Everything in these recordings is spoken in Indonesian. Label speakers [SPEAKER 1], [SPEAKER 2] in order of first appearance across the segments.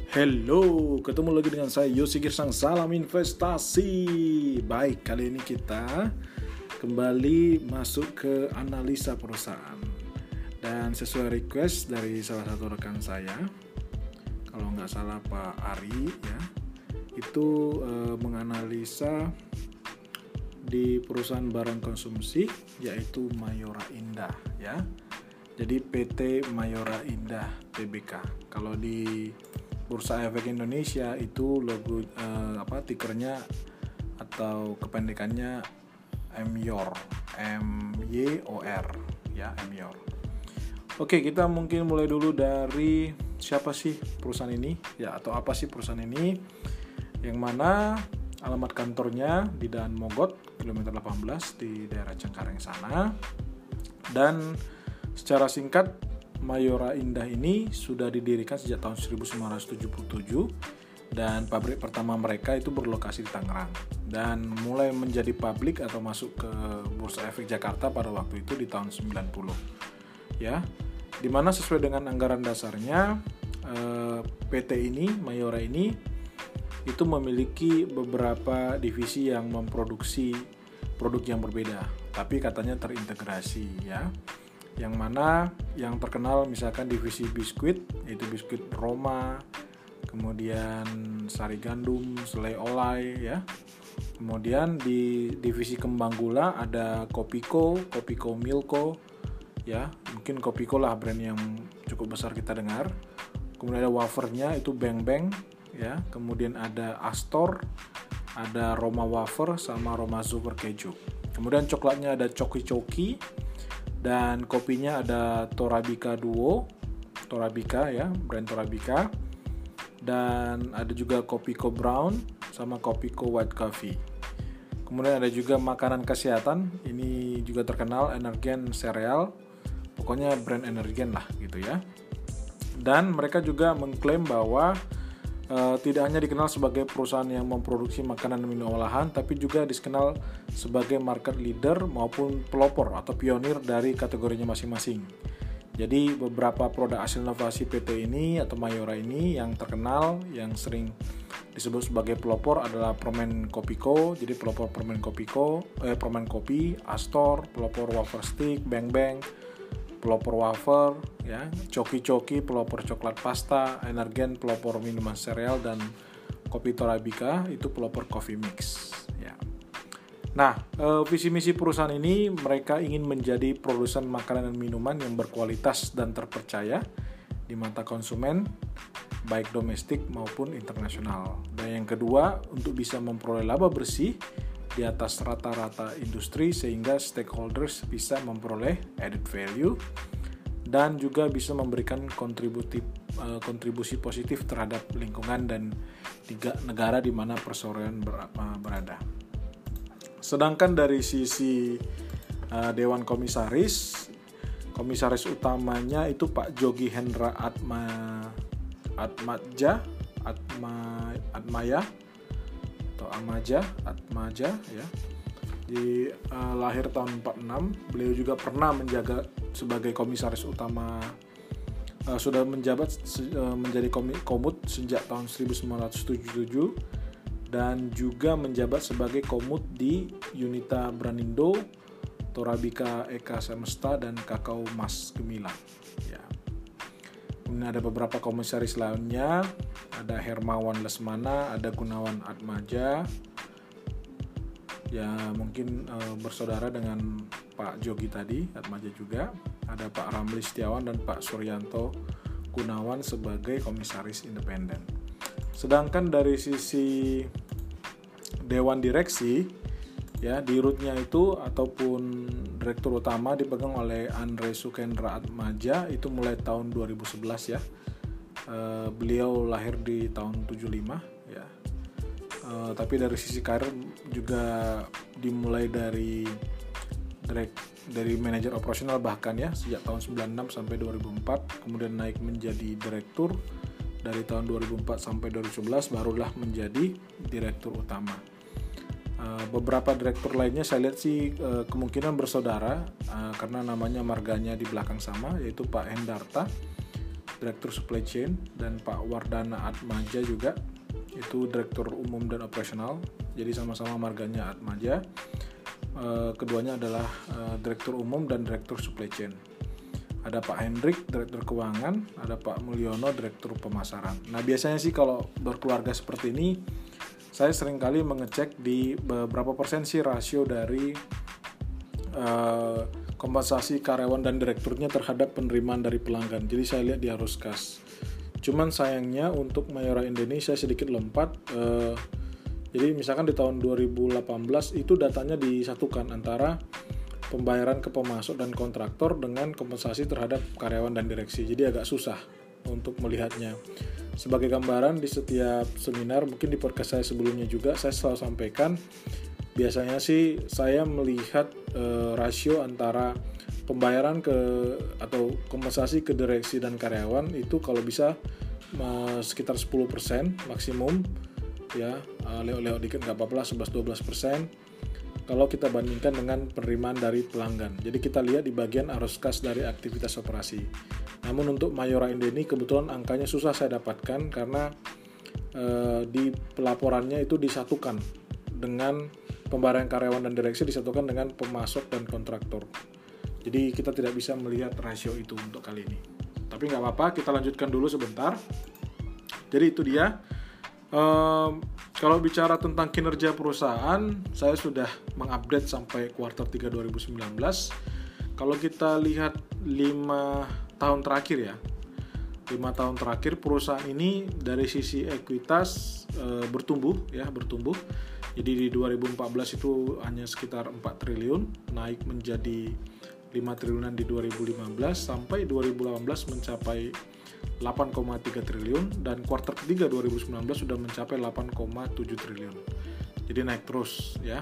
[SPEAKER 1] Hello, ketemu lagi dengan saya Yosi Girsang, salam investasi. Baik, kali ini kita kembali masuk ke analisa perusahaan. Dan sesuai request dari salah satu rekan saya, kalau nggak salah Pak Ari ya, itu menganalisa di perusahaan barang konsumsi yaitu Mayora Indah ya. Jadi PT Mayora Indah Tbk. Kalau di Bursa Efek Indonesia itu logo tikernya atau kependekannya MYOR, MYOR ya, MYOR. Oke, kita mungkin mulai dulu dari siapa sih perusahaan ini ya, atau apa sih perusahaan ini, yang mana alamat kantornya di Daan Mogot kilometer 18 di daerah Cengkareng sana. Dan secara singkat, Mayora Indah ini sudah didirikan sejak tahun 1977 dan pabrik pertama mereka itu berlokasi di Tangerang dan mulai menjadi publik atau masuk ke Bursa Efek Jakarta pada waktu itu di tahun 90 ya, dimana sesuai dengan anggaran dasarnya PT ini, Mayora ini itu memiliki beberapa divisi yang memproduksi produk yang berbeda tapi katanya terintegrasi ya. Yang mana yang terkenal misalkan divisi biskuit, yaitu biskuit Roma, kemudian sari gandum, selai olai ya. Kemudian di divisi kembang gula ada Kopiko Milko ya, mungkin Kopiko lah brand yang cukup besar kita dengar. Kemudian ada wafernya itu Beng Beng ya, kemudian ada Astor, ada Roma Wafer sama Roma Super Keju. Kemudian coklatnya ada Coki Coki. Dan kopinya ada Torabika Duo, Torabika ya, brand Torabika. Dan ada juga Kopiko Brown sama Kopiko White Coffee. Kemudian ada juga makanan kesehatan, ini juga terkenal Energen Cereal. Pokoknya brand Energen lah gitu ya. Dan mereka juga mengklaim bahwa tidak hanya dikenal sebagai perusahaan yang memproduksi makanan dan minuman olahan, tapi juga dikenal sebagai market leader maupun pelopor atau pionir dari kategorinya masing-masing. Jadi beberapa produk hasil inovasi PT ini atau Mayora ini yang terkenal, yang sering disebut sebagai pelopor adalah permen Kopiko, jadi pelopor permen kopi, Astor, pelopor wafer stick, Beng Beng, pelopor wafer ya, Coki Coki pelopor coklat pasta, Energen pelopor minuman sereal, dan kopi Torabika itu pelopor coffee mix ya. Nah, visi misi perusahaan ini mereka ingin menjadi produsen makanan dan minuman yang berkualitas dan terpercaya di mata konsumen baik domestik maupun internasional. Dan yang kedua, untuk bisa memperoleh laba bersih di atas rata-rata industri sehingga stakeholders bisa memperoleh added value dan juga bisa memberikan kontribusi positif terhadap lingkungan dan negara di mana perseroan berada. Sedangkan dari sisi Dewan Komisaris utamanya itu Pak Jogi Hendra Atmaja ya. Di lahir tahun 46, beliau juga pernah menjabat sebagai komisaris utama, sudah menjadi komut sejak tahun 1977 dan juga menjabat sebagai komut di Unita Branindo, Torabika Eka Semesta dan Kakao Mas Gemilang ya. Kemudian ada beberapa komisaris lainnya, ada Hermawan Lesmana, ada Gunawan Atmaja, ya mungkin bersaudara dengan Pak Jogi tadi, Atmaja juga. Ada Pak Ramli Setiawan dan Pak Suryanto Gunawan sebagai komisaris independen. Sedangkan dari sisi Dewan Direksi, ya di rootnya itu ataupun direktur utama dipegang oleh Andre Sukendra Atmaja itu mulai tahun 2011 ya. Beliau lahir di tahun 75 ya. Tapi dari sisi karir juga dimulai dari manajer operasional bahkan ya, sejak tahun 96 sampai 2004, kemudian naik menjadi direktur dari tahun 2004 sampai 2011, barulah menjadi direktur utama. Beberapa direktur lainnya saya lihat sih kemungkinan bersaudara karena namanya marganya di belakang sama, yaitu Pak Hendarta Direktur Supply Chain, dan Pak Wardana Atmaja juga, itu Direktur Umum dan Operasional, jadi sama-sama marganya Atmaja. Keduanya adalah Direktur Umum dan Direktur Supply Chain. Ada Pak Hendrik, Direktur Keuangan, ada Pak Mulyono, Direktur Pemasaran. Nah, biasanya sih kalau berkeluarga seperti ini, saya seringkali mengecek di berapa persen sih rasio dari kompensasi karyawan dan direkturnya terhadap penerimaan dari pelanggan. Jadi saya lihat di arus kas. Cuman sayangnya untuk Mayora Indonesia sedikit lompat. Jadi misalkan di tahun 2018 itu datanya disatukan antara pembayaran ke pemasok dan kontraktor dengan kompensasi terhadap karyawan dan direksi. Jadi agak susah untuk melihatnya. Sebagai gambaran, di setiap seminar, mungkin di podcast saya sebelumnya juga, saya selalu sampaikan, biasanya sih saya melihat rasio antara pembayaran atau kompensasi ke direksi dan karyawan itu kalau bisa sekitar 10% maksimum, ya, lewat dikit nggak apa-apa lah, 11-12% kalau kita bandingkan dengan penerimaan dari pelanggan. Jadi kita lihat di bagian arus kas dari aktivitas operasi. Namun untuk Mayora Indo ini kebetulan angkanya susah saya dapatkan karena di pelaporannya itu disatukan dengan pembayaran karyawan dan direksi, disatukan dengan pemasok dan kontraktor. Jadi kita tidak bisa melihat rasio itu untuk kali ini. Tapi nggak apa-apa, kita lanjutkan dulu sebentar. Jadi itu dia. Kalau bicara tentang kinerja perusahaan, saya sudah mengupdate sampai kuartal 3 2019. Kalau kita lihat 5 tahun terakhir ya, 5 tahun terakhir perusahaan ini dari sisi ekuitas bertumbuh. Jadi di 2014 itu hanya sekitar 4 triliun, naik menjadi 5 triliunan di 2015, sampai 2018 mencapai 8,3 triliun, dan kuartal ketiga 2019 sudah mencapai 8,7 triliun. Jadi naik terus ya.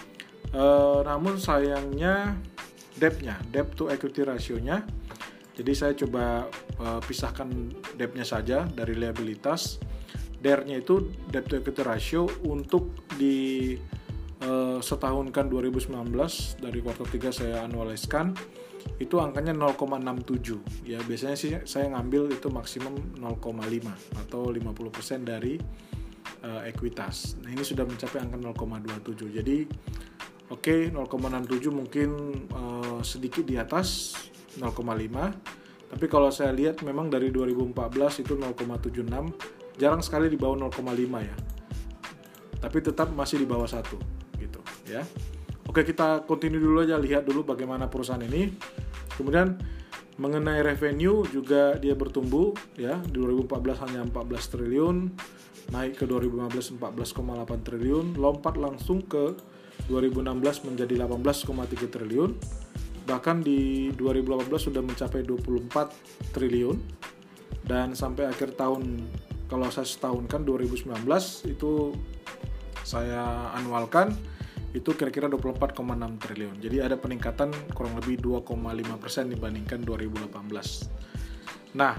[SPEAKER 1] Namun sayangnya debt to equity ratio-nya, jadi saya coba pisahkan debt-nya saja dari liabilitas. DER-nya itu debt to equity ratio untuk di setahunkan 2019, dari kuartal 3 saya annualize-kan, itu angkanya 0,67 ya. Biasanya sih saya ngambil itu maksimum 0,5 atau 50% dari ekuitas. Nah, ini sudah mencapai angka 0,27. Jadi oke, 0,67 mungkin sedikit di atas 0,5. Tapi kalau saya lihat memang dari 2014 itu 0,76, jarang sekali di bawah 0,5 ya. Tapi tetap masih di bawah 1 gitu ya. Oke, kita continue dulu aja, lihat dulu bagaimana perusahaan ini. Kemudian mengenai revenue juga dia bertumbuh ya. Di 2014 hanya 14 triliun, naik ke 2015 14,8 triliun, lompat langsung ke 2016 menjadi 18,3 triliun. Bahkan di 2018 sudah mencapai 24 triliun. Dan sampai akhir tahun, kalau saya setahunkan 2019 itu saya annualkan, itu kira-kira 24,6 triliun. Jadi ada peningkatan kurang lebih 2,5% dibandingkan 2018. Nah,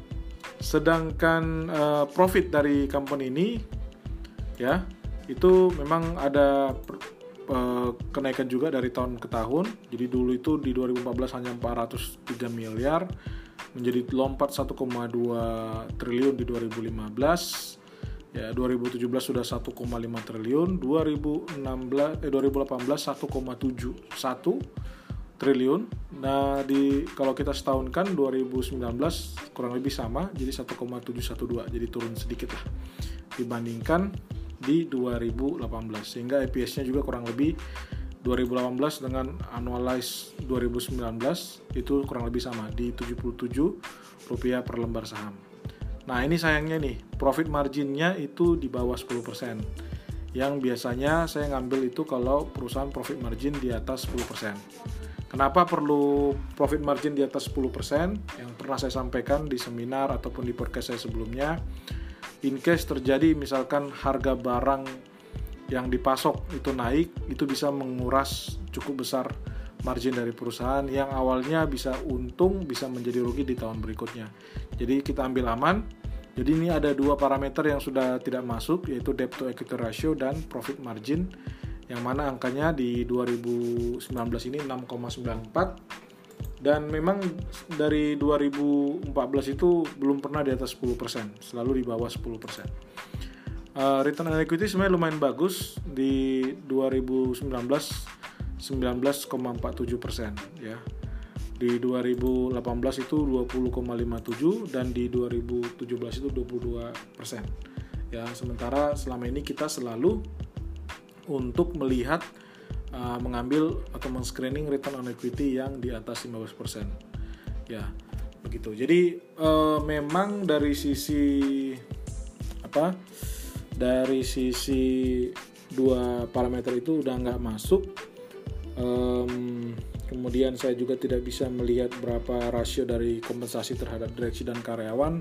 [SPEAKER 1] sedangkan profit dari company ini ya, itu memang ada kenaikan juga dari tahun ke tahun. Jadi dulu itu di 2014 hanya 403 miliar, menjadi lompat 1,2 triliun di 2015. Ya, 2017 sudah 1,5 triliun, 2018 1,71 triliun. Nah, kalau kita setahunkan 2019 kurang lebih sama, jadi 1,712, jadi turun sedikit lah dibandingkan di 2018. Sehingga EPS-nya juga kurang lebih 2018 dengan annualize 2019 itu kurang lebih sama di Rp77 per lembar saham. Nah, ini sayangnya nih, profit marginnya itu di bawah 10%. Yang biasanya saya ngambil itu kalau perusahaan profit margin di atas 10%. Kenapa perlu profit margin di atas 10%? Yang pernah saya sampaikan di seminar ataupun di podcast saya sebelumnya. In case terjadi misalkan harga barang yang dipasok itu naik, itu bisa menguras cukup besar margin dari perusahaan yang awalnya bisa untung, bisa menjadi rugi di tahun berikutnya. Jadi kita ambil aman. Jadi ini ada dua parameter yang sudah tidak masuk, yaitu debt to equity ratio dan profit margin, yang mana angkanya di 2019 ini 6,94 Dan memang dari 2014 itu belum pernah di atas 10%, selalu di bawah 10%. Return on equity sebenarnya lumayan bagus di 2019 19,47% ya. Di 2018 itu 20,57 dan di 2017 itu 22%. Ya, sementara selama ini kita selalu untuk melihat mengambil atau men-screening return on equity yang di atas 15%. Ya, begitu. Jadi memang dari sisi dari sisi dua parameter itu udah nggak masuk. Kemudian saya juga tidak bisa melihat berapa rasio dari kompensasi terhadap direksi dan karyawan.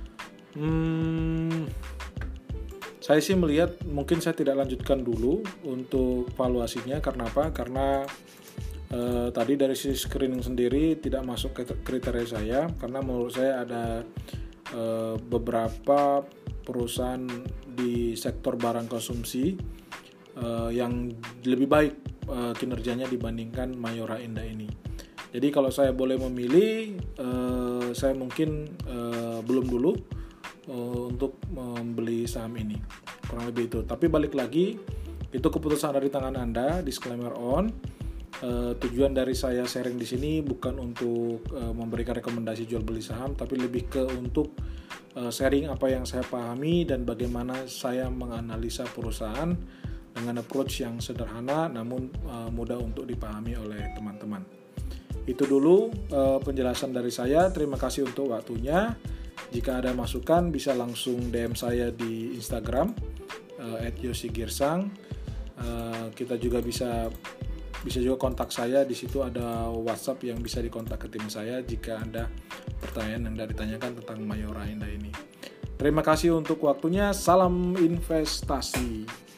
[SPEAKER 1] Saya sih melihat mungkin saya tidak lanjutkan dulu untuk valuasinya. Karena apa? Karena tadi dari sisi screening sendiri tidak masuk ke kriteria saya, karena menurut saya ada beberapa perusahaan di sektor barang konsumsi yang lebih baik kinerjanya dibandingkan Mayora Indah ini. Jadi kalau saya boleh memilih, saya mungkin belum dulu untuk membeli saham ini, kurang lebih itu. Tapi balik lagi, itu keputusan ada di tangan Anda. Disclaimer on. Tujuan dari saya sharing di sini bukan untuk memberikan rekomendasi jual beli saham, tapi lebih ke untuk sharing apa yang saya pahami dan bagaimana saya menganalisa perusahaan dengan approach yang sederhana namun mudah untuk dipahami oleh teman-teman. Itu dulu penjelasan dari saya. Terima kasih untuk waktunya. Jika ada masukan bisa langsung DM saya di Instagram @yosigirsang. Kita juga bisa juga kontak saya. Di situ ada WhatsApp yang bisa dikontak ke tim saya jika ada pertanyaan yang tidak ditanyakan tentang Mayora Indah ini. Terima kasih untuk waktunya. Salam investasi.